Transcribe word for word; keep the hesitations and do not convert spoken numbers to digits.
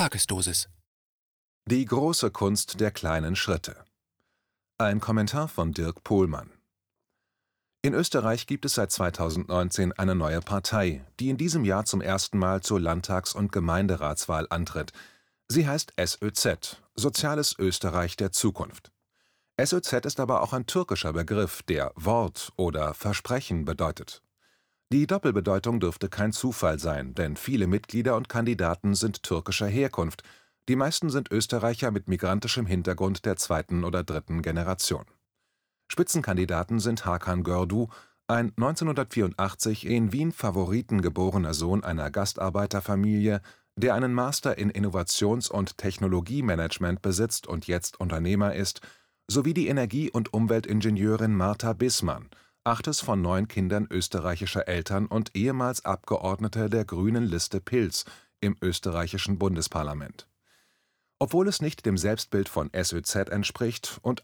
Tagesdosis. Die große Kunst der kleinen Schritte. Ein Kommentar von Dirk Pohlmann. In Österreich gibt es seit zweitausendneunzehn eine neue Partei, die in diesem Jahr zum ersten Mal zur Landtags- und Gemeinderatswahl antritt. Sie heißt S Ö Z, Soziales Österreich der Zukunft. S Ö Z ist aber auch ein türkischer Begriff, der Wort oder Versprechen bedeutet. Die Doppelbedeutung dürfte kein Zufall sein, denn viele Mitglieder und Kandidaten sind türkischer Herkunft. Die meisten sind Österreicher mit migrantischem Hintergrund der zweiten oder dritten Generation. Spitzenkandidaten sind Hakan Gördu, ein neunzehnhundertvierundachtzig in Wien Favoriten geborener Sohn einer Gastarbeiterfamilie, der einen Master in Innovations- und Technologiemanagement besitzt und jetzt Unternehmer ist, sowie die Energie- und Umweltingenieurin Martha Bissmann, achtes von neun Kindern österreichischer Eltern und ehemals Abgeordnete der grünen Liste Pils im österreichischen Bundesparlament. Obwohl es nicht dem Selbstbild von S Ö Z entspricht und